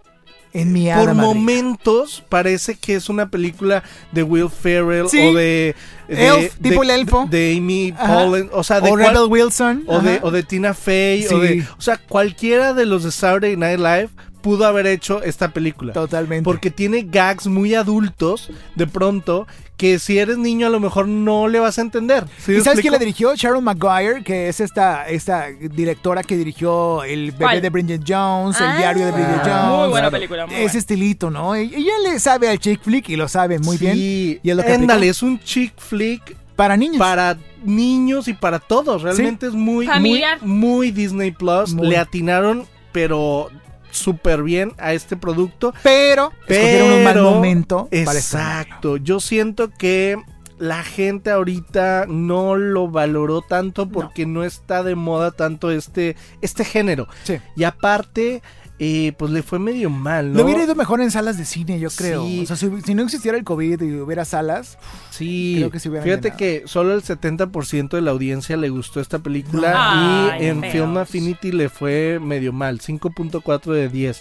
En mi Por madrina. momentos parece que es una película de Will Ferrell ¿Sí? o de, de Elf, tipo de, el elfo. De, de Amy Poehler, o sea, de o Rebel Wilson, o de, o de Tina Fey, sí. o de, o sea, cualquiera de los de Saturday Night Live pudo haber hecho esta película. Totalmente. Porque tiene gags muy adultos, de pronto, que si eres niño a lo mejor no le vas a entender. ¿Sí ¿Y sabes explico? quién la dirigió? Sharon Maguire, que es esta, esta directora que dirigió El bebé ¿Cuál? de Bridget Jones, ah, El diario de Bridget Jones. Muy buena película. Muy Ese buena. estilito, ¿no? Ella le sabe al chick flick y lo sabe muy sí. bien. Y es lo que Éndale, es un chick flick para niños. Para niños y para todos. Realmente ¿Sí? es muy, muy, muy Disney Plus. Muy. Le atinaron, pero... súper bien a este producto, pero, pero escogieron un mal momento. Exacto, para yo siento que la gente ahorita no lo valoró tanto porque no, no está de moda tanto este, este género. Sí. Y aparte, eh, pues le fue medio mal, ¿no? Le hubiera ido mejor en salas de cine, yo creo. Sí. O sea, si, si no existiera el COVID y hubiera salas, sí, creo que se hubieran fíjate llenado. Que solo el setenta por ciento de la audiencia le gustó esta película no. y Ay, en feos. Film Affinity le fue medio mal, cinco punto cuatro de diez.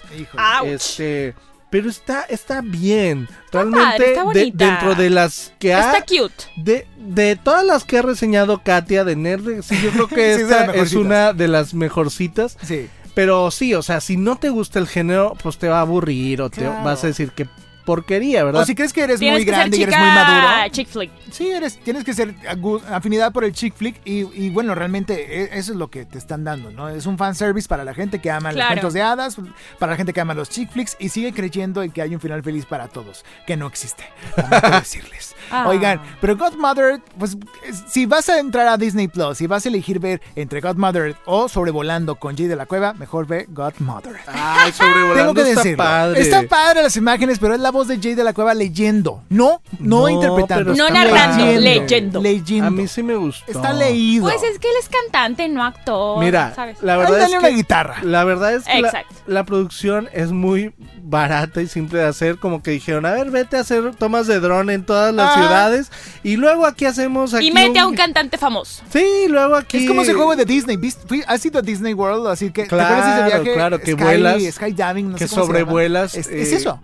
Este... Pero está, está bien. Está Realmente, padre, está de, dentro de las que ha... Está cute. De, de todas las que ha reseñado Katia de Nerd, sí, yo creo que sí, esta es una de las mejorcitas. Sí. Pero sí, o sea, si no te gusta el género, pues te va a aburrir o te claro. vas a decir que porquería, ¿verdad? O si crees que eres tienes muy que grande ser y eres muy maduro. Chick flick. Sí, eres, tienes que ser afinidad por el chick flick y, y bueno, realmente eso es lo que te están dando, ¿no? Es un fanservice para la gente que ama claro. los cuentos de hadas, para la gente que ama los chick flicks y sigue creyendo en que hay un final feliz para todos, que no existe. No puedo decirles. Ah. Oigan, pero Godmother, pues si vas a entrar a Disney Plus, si vas a elegir ver entre Godmother o Sobrevolando con Jay de la Cueva, mejor ve Godmother. Ay, Sobrevolando Tengo que está decirlo. padre. Está padre las imágenes, pero es la voz de Jay de la Cueva leyendo, no, no, No, interpretando. pero No está narrando, leyendo. leyendo. Leyendo. A mí sí me gustó. Está leído. Pues es que él es cantante, no actor. Mira, ¿sabes? la verdad Dale es una que guitarra. la verdad es que la, Exacto. la producción es muy barata y simple de hacer, como que dijeron, a ver, vete a hacer tomas de dron en todas las Ah. ciudades y luego aquí hacemos aquí Y mete a un cantante famoso. Sí, luego aquí Es como ese juego de Disney. ¿Viste? Fui- ¿Has ido a Disney World? Así que, ¿te Claro, acuerdas de ese viaje? claro, que Sky- vuelas, Skydiving, no que sé cómo se llama. sobrevuelas, Es, eh, es eso.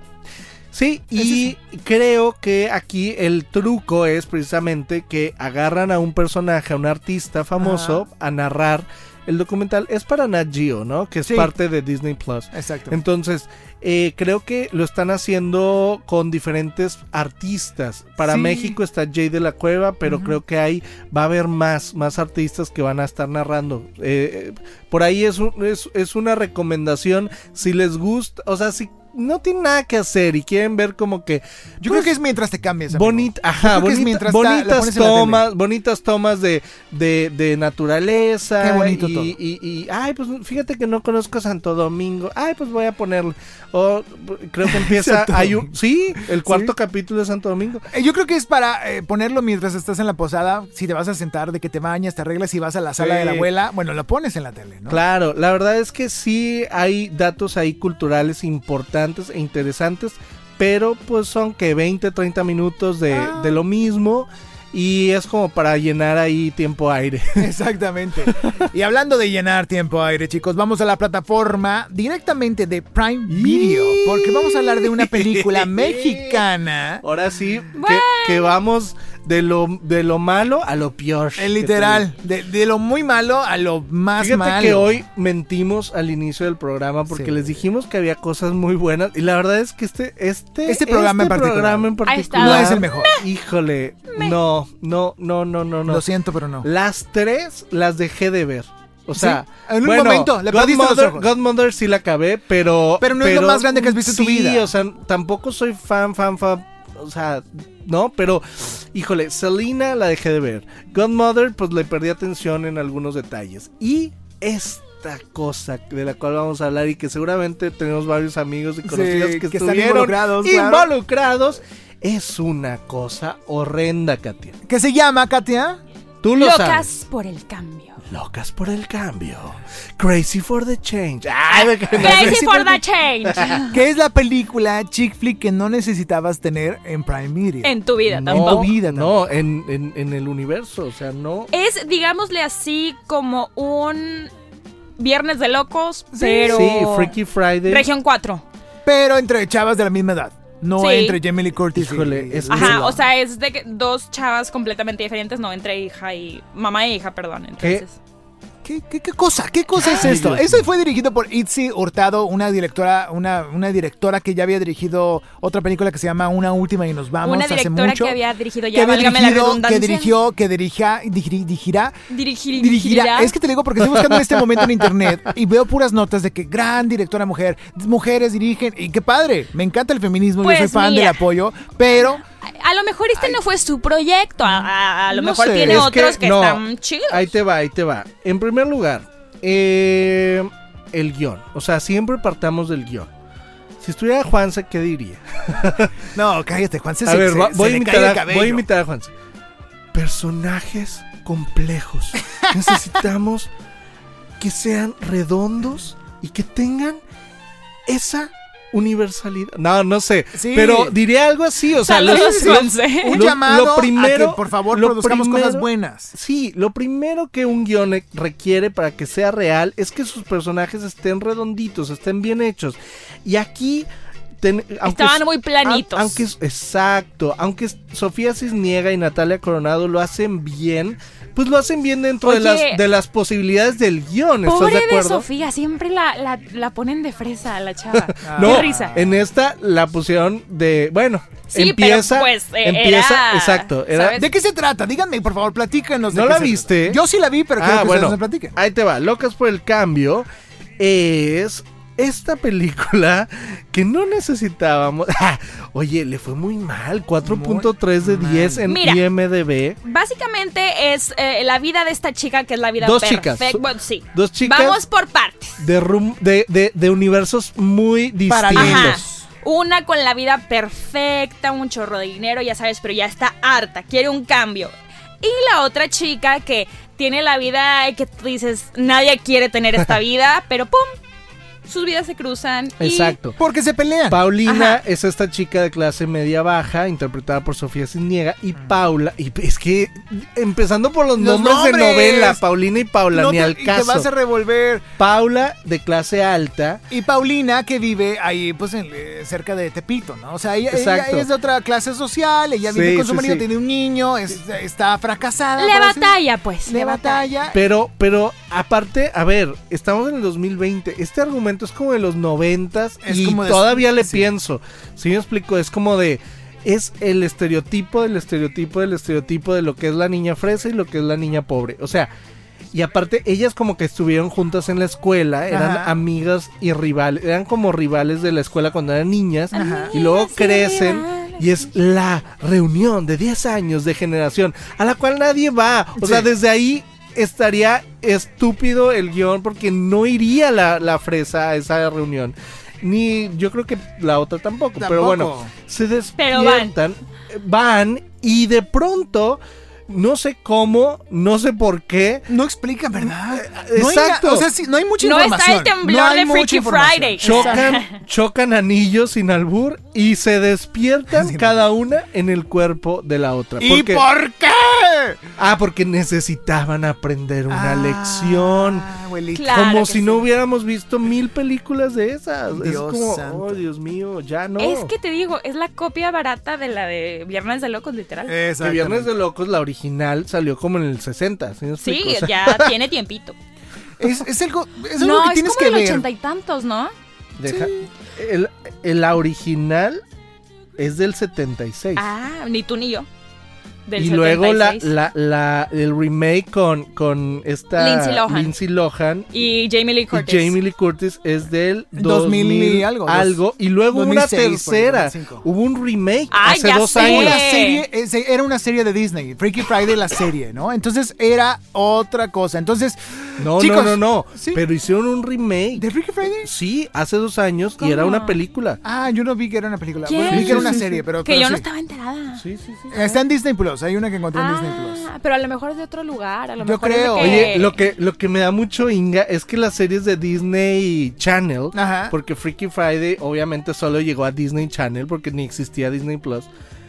Sí, y creo que aquí el truco es precisamente que agarran a un personaje, a un artista famoso, a narrar el documental. Es para Nat Geo, ¿no? Que es Sí. parte de Disney Plus. Exacto. Entonces, eh, creo que lo están haciendo con diferentes artistas. Para Sí. México está Jay de la Cueva, pero Ujú. creo que ahí va a haber más, más artistas que van a estar narrando. Eh, por ahí es, un- es, es una recomendación. Si les gusta, o sea, si no tienen nada que hacer y quieren ver como que Yo pues, creo que es mientras te cambias. amigo. bonita, Yo ajá, creo que es bonita- mientras está- la bonitas pones en la tele. tomas, bonitas tomas de, de, de naturaleza. Qué bonito y, todo. Y, y, ay, pues fíjate que no conozco Santo Domingo. Ay, pues voy a ponerle. O creo que empieza, Santo hay un, Domingo. sí, el cuarto Sí. capítulo de Santo Domingo. Eh, Yo creo que es para eh, ponerlo mientras estás en la posada. Si te vas a sentar, de que te bañas, te arreglas y vas a la sala Sí. de la abuela, bueno, lo pones en la tele, ¿no? Claro, la verdad es que sí hay datos ahí culturales importantes e interesantes, pero pues son que veinte, treinta minutos de, Ah. de lo mismo y es como para llenar ahí tiempo aire. Exactamente. Y hablando de llenar tiempo aire, chicos, vamos a la plataforma directamente de Prime Video, porque vamos a hablar de una película mexicana. Ahora sí, que, que vamos de lo, de lo malo a lo peor. En literal, de, de lo muy malo a lo más Fíjate malo. que hoy mentimos al inicio del programa porque Sí. les dijimos que había cosas muy buenas y la verdad es que este este, Este programa en particular. programa en Ahí está. particular No es el mejor. Híjole, no, no, no, no, no, no. Lo siento, pero no. Las tres las dejé de ver. O Sí, sea, en un bueno, momento, le perdiste los Godmother, ojos. Godmother sí la acabé, pero Pero no es lo más grande que has visto en tu sí, vida. o sea, tampoco soy fan, fan, fan, o sea, no, pero híjole, Selena la dejé de ver. Godmother, pues le perdí atención en algunos detalles. Y esta cosa de la cual vamos a hablar y que seguramente tenemos varios amigos y conocidos Sí, que, que están estuvieron involucrados, claro. involucrados, es una cosa horrenda, Katia. ¿Qué se llama, Katia? Tú lo Locas sabes. por el cambio. Locas por el cambio. Crazy for the change. Ay, me quedé- Crazy for the change. Que es la película chick flick que no necesitabas tener en Prime Video. En tu vida No, tampoco. tu vida no, en, en, en el universo, o sea, no. Es, digámosle así, como un Viernes de Locos, pero... Sí, Freaky Friday. Región cuatro. Pero entre chavas de la misma edad. No Sí. entre Jamie Lee Curtis. y- Híjole, es- Ajá, y- o sea, es de que dos chavas completamente diferentes, no entre hija y... Mamá e hija, perdón, entonces... ¿Qué, qué, qué cosa? ¿Qué cosa es Ay, esto? Dios Eso mío. fue dirigido por Itzy Hurtado, una directora, una, una directora que ya había dirigido otra película que se llama Una Última y Nos Vamos Una hace directora mucho. que había dirigido que ya, había válgame la dirigido, redundancia. que dirigió, que dirija, dirigirá, dirigirá, Dirigir- dirigirá. Es que te digo porque estoy buscando en este momento en internet y veo puras notas de que gran directora mujer, mujeres dirigen y qué padre. Me encanta el feminismo, Pues yo soy fan mira. del apoyo, pero A lo mejor este no fue su proyecto, a, a- a lo No mejor sé, tiene es otros que, no, están chidos. Ahí te va, ahí te va. En primer lugar, eh, el guión. O sea, siempre partamos del guión. Si estuviera Juanse, ¿qué diría? no, cállate, Juan. Se, A ver, se- va- se voy, a le imitar cae el a, cabello. voy a imitar a Juanse. Personajes complejos. Necesitamos que sean redondos y que tengan esa universalidad. No, no sé. Sí. Pero diría algo así. O sea, Saludos, los- los- Juanse. Un lo- llamado lo primero- a que por favor lo produzcamos primero- cosas buenas. Sí, lo primero que un guión e- requiere para que sea real es que sus personajes estén redonditos, estén bien hechos. Y aquí... ten- aunque Estaban es- muy planitos. a- Aunque es- exacto, aunque es- Sofía Cisniega y Natalia Coronado lo hacen bien, pues lo hacen bien dentro de Oye, las, de las posibilidades del guión, ¿estás Pobre de de, acuerdo? Sofía, siempre la, la, la ponen de fresa a la chava. No, Qué risa. en esta la pusieron de, bueno, Sí, empieza, pero pues eh, empieza, era, exacto, era, ¿sabes? ¿De qué se trata? Díganme, por favor, platícanos. de ¿No qué la se viste? trata. Yo sí la vi, pero quiero Ah, que bueno, ustedes me platiquen. ahí te va. Locas por el cambio es esta película que no necesitábamos. Oye, le fue muy mal. cuatro punto tres de Muy diez mal. en Mira. I M D B. Básicamente es eh, la vida de esta chica, que es la vida Dos perfecta. chicas. Bueno, sí. Dos chicas Vamos por partes. de, rum- de, de, de universos muy Paralelos. distintos. Ajá. Una con la vida perfecta, un chorro de dinero, ya sabes, pero ya está harta, quiere un cambio. Y la otra chica que tiene la vida que tú dices, nadie quiere tener esta vida, pero ¡pum! Sus vidas se cruzan. Exacto. Y... porque se pelean. Paulina Ajá. es esta chica de clase media baja, interpretada por Sofía Cisniega, y Paula, y es que empezando por los, Los nombres, nombres. de novela, Paulina y Paula, No ni te- al y caso. te vas a revolver. Paula de clase alta. Y Paulina, que vive ahí, pues, en, eh, cerca de Tepito, ¿no? O sea, ella, ella- Exacto. ella es de otra clase social, ella Sí, vive con su sí, marido, sí. tiene un niño, es- está fracasada. Le por así- batalla, pues. Le batalla. Pero, pero aparte, a ver, estamos en el dos mil veinte. Este argumento es como de los noventas Es y como de- todavía le sí. pienso. Si me explico, es como de... Es el estereotipo del estereotipo del estereotipo de lo que es la niña fresa y lo que es la niña pobre. O sea, y aparte, ellas como que estuvieron juntas en la escuela, eran Ajá. amigas y rivales, eran como rivales de la escuela cuando eran niñas, Ajá. y luego Amigas y crecen. rivales. Y es la reunión de diez años de generación a la cual nadie va. O Sí. sea, desde ahí estaría estúpido el guión porque no iría la, la fresa a esa reunión. Ni yo creo que la otra tampoco. Pero Tampoco. bueno, se Pero van. despiertan, van y de pronto... No sé cómo, no sé por qué. No explican, ¿verdad? No hay Exacto. na- o sea, sí, no hay mucha No está información. el temblor No hay de mucha Freaky información. Friday. Chocan, chocan anillos sin albur y se despiertan Sin cada una en el cuerpo de la otra. ¿Y Porque- por qué? Ah, porque necesitaban aprender una Ah, lección. abuelita. Claro Como que si no sí. hubiéramos visto mil películas de esas. es Dios como, santo. oh Dios mío, ya no. Es que te digo, es la copia barata de la de Viernes de Locos, literal. Que Exactamente. Viernes de Locos, la original, salió como en el sesenta. ¿Sí me Sí, explico? O sea, ya tiene tiempito. Es, es algo, es algo No, que es tienes como que del ver. ochenta y tantos, ¿no? deja- el, el- la original es del setenta y seis. Ah, ni tú ni yo. Del Y luego la, setenta y seis. la, la, el remake con, con esta Lindsay Lohan. Lindsay Lohan Y Jamie Lee y Curtis. Jamie Lee Curtis es del dos mil y dos mil algo, algo, dos- y luego dos una mil seis, por ahí, tercera, dos mil cinco. hubo un remake Ah, hace ya dos sé. años. Una serie, es- era una serie de Disney, Freaky Friday la serie, ¿no? Entonces era otra cosa. Entonces, No, chicos, no, no, no, ¿sí? pero hicieron un remake. ¿de Freaky Friday? Sí, hace dos años ¿Cómo? y era una película. Ah, yo no vi que era una película. ¿Quién? Bueno, vi que era Sí, una sí, serie, sí. pero, Que pero yo no sí. estaba enterada. Sí, sí, sí. Está en Disney Plus, hay una que encontré en Disney Plus. Ah, pero a lo mejor es de otro lugar. A lo Yo mejor creo. Es de que... Oye, lo que, lo que me da mucho inga es que las series de Disney Channel, Ajá. porque Freaky Friday obviamente solo llegó a Disney Channel porque ni existía Disney Plus.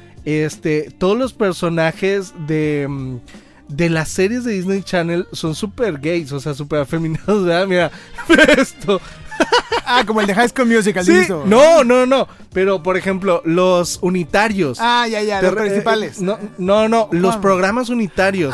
Este, todos los personajes de, mm, de las series de Disney Channel son súper gays, o sea, súper afeminados, ¿verdad? Mira, esto. Ah, como el de High School Musical, Sí, ¿listo? no, no, no, pero por ejemplo, los unitarios. Ah, ya, ya, los Te- principales. eh, no, no, no, los ¿Cómo? programas unitarios,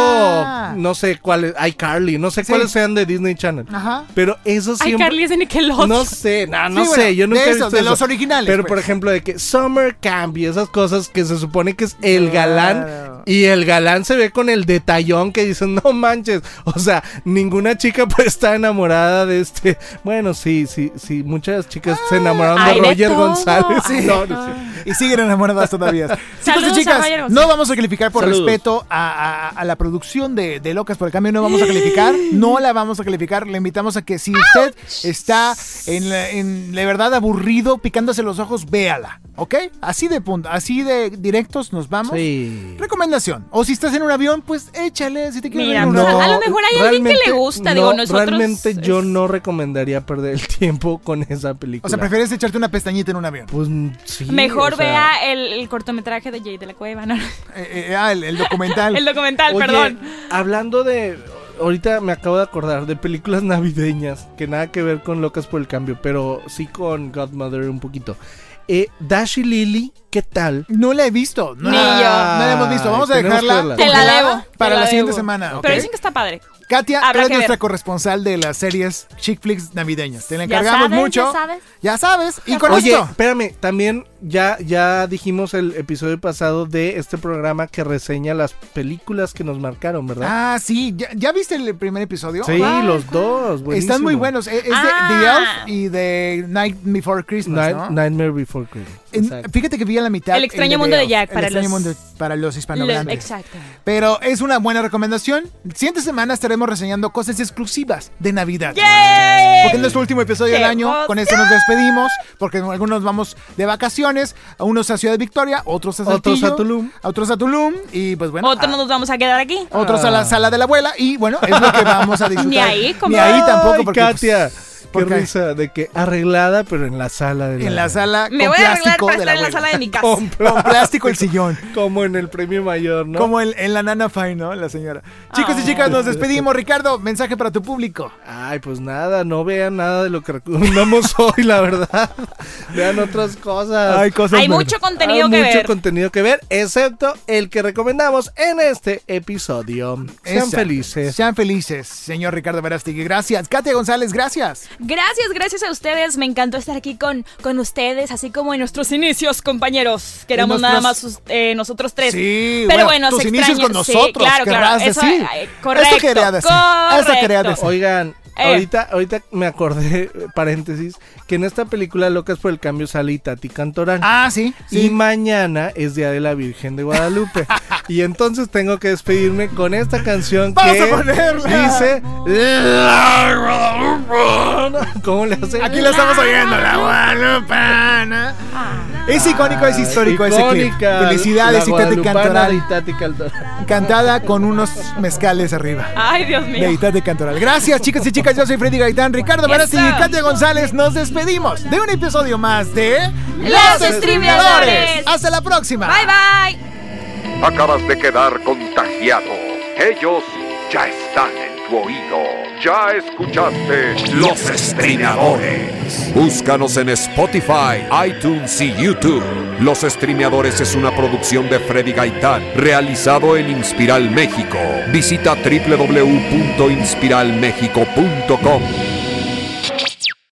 Ah. tipo, no sé cuáles, iCarly, no sé Sí. cuáles sean de Disney Channel. Ajá. Pero eso Ay, siempre... Carly es de Nickelodeon. No sé, no, no Sí, sé, bueno, yo nunca de he esos, visto de eso. los originales, Pero pues. por ejemplo de que Summer Camp y esas cosas que se supone que es el Claro. galán y el galán se ve con el detallón que dicen, no manches, o sea, ninguna chica puede estar enamorada de este, bueno, sí, sí, sí, muchas chicas se enamoraron Hay de de Roger todo. González. Sí. No, no sé. Y siguen enamoradas todavía. Chicos y Saludos a chicas, Roger González. no vamos a calificar por Saludos. respeto a, a- a la producción de, de Locas por el Cambio. No vamos a calificar. No la vamos a calificar. Le invitamos a que si usted está en, la- en de verdad aburrido, picándose los ojos, véala. ¿Ok? Así de punto, así de directos nos vamos. Sí. Recomendación. O si estás en un avión, pues échale. Si te quieres Mira, ver un no, rato. a lo mejor hay alguien que le realmente, gusta, digo, nosotros realmente yo es- no recomendaría perder el tiempo con esa película. O sea, prefieres echarte una pestañita en un avión. Pues sí. Mejor o sea, vea el, el cortometraje de Jay de la Cueva, ¿no? Eh, eh, ah, el, el documental. El documental, Oye, perdón. hablando de... Ahorita me acabo de acordar de películas navideñas que nada que ver con Locas por el Cambio, pero sí con Godmother un poquito. Eh, Dash y Lily, ¿qué tal? No la he visto. No, Ni la- yo. No la hemos visto. Vamos a Tenemos que dejarla verla. Te la congelada debo. para te la, la siguiente debo. semana. ¿ok? Pero dicen que está padre. Katia, Habrá tú eres que nuestra ver. corresponsal de las series chick flicks navideñas. Te la Ya encargamos sabes, mucho. ya sabes. Ya sabes. Y Ya con Oye, esto. espérame, también ya, ya dijimos el episodio pasado de este programa que reseña las películas que nos marcaron, ¿verdad? Ah, sí. ¿Ya, ya viste el primer episodio? sí, ¿cuál, los cuál? dos, buenísimo. Están muy buenos. Es es de Ah. The Elf y de Night Before Christmas, Night- ¿no? Nightmare Before Christmas. En- exacto. fíjate que vi a la mitad. El extraño de mundo The de Elf, Jack el para extraño los- mundo para los Lo- hispanohablantes. Exacto. Pero es una buena recomendación. Siguiente semana estaremos reseñando cosas exclusivas de Navidad. ¡Yay! porque es nuestro último episodio ¡Qué del año. emoción! Con esto nos despedimos, porque algunos vamos de vacaciones, a unos a Ciudad Victoria, otros a Saltillo, Otros a Tulum. otros a Tulum, y pues bueno. Otros a- no nos vamos a quedar aquí. Otros a la sala de la abuela, y bueno, es lo que vamos a disfrutar. Ni ahí, como- Ni ahí tampoco, Ay, porque Katia, pues, qué porque risa de que arreglada, pero en la sala de en la sala Me con voy a arreglar plástico para de la estar en la abuela. sala de mi casa. Con Con plástico el sillón. Como en el premio mayor, ¿no? Como en, en la Nana Fine, ¿no? La señora. Chicos y Oh. chicas, nos despedimos. Ricardo, mensaje para tu público. Ay, pues nada, no vean nada de lo que recomendamos hoy, la verdad. Vean otras cosas. Hay cosas Hay buenas. mucho contenido Hay que mucho ver. contenido que ver, excepto el que recomendamos en este episodio. Sean Esa. felices. Sean felices, señor Ricardo Verástegui. Gracias. Katia González, gracias. Gracias, gracias a ustedes. Me encantó estar aquí con, con ustedes, así como en nuestros inicios, compañeros. Que éramos En nada nuestros- más eh, nosotros tres. Sí, Pero bueno, bueno, tus se inicios extraña- con sí, nosotros, claro, claro. querrás Eso, decir. eh, correcto. Eso quería decir. Eso quería correcto. decir. Oigan, Eh. ahorita, ahorita me acordé, paréntesis, que en esta película Locas por el Cambio sale Itati Cantoral. Ah, sí. Y sí. mañana es Día de la Virgen de Guadalupe. Y entonces tengo que despedirme con esta canción Vamos que a ponerla. dice La Guadalupana. ¿Cómo le hace? Aquí la estamos oyendo, la Guadalupana. Es icónico, es histórico ese clip. Icónica, Felicidades, la Itati Guadalupana de Cantoral. Itati Cantoral. Cantada con unos mezcales arriba. Ay, Dios mío. De Itati Cantoral. Gracias, chicos y chicas. Yo soy Freddy Gaitán, Ricardo Eso. Verástegui y Katia González. Nos despedimos de un episodio más de Los Streameadores. Hasta la próxima. Bye, bye. Acabas de quedar contagiado. Ellos ya están en tu oído. Ya escuchaste Los Streameadores. Búscanos en Spotify, iTunes y YouTube. Los Streameadores es una producción de Freddy Gaitán, realizado en Inspiral México. Visita doble u doble u doble u punto inspiral méxico punto com.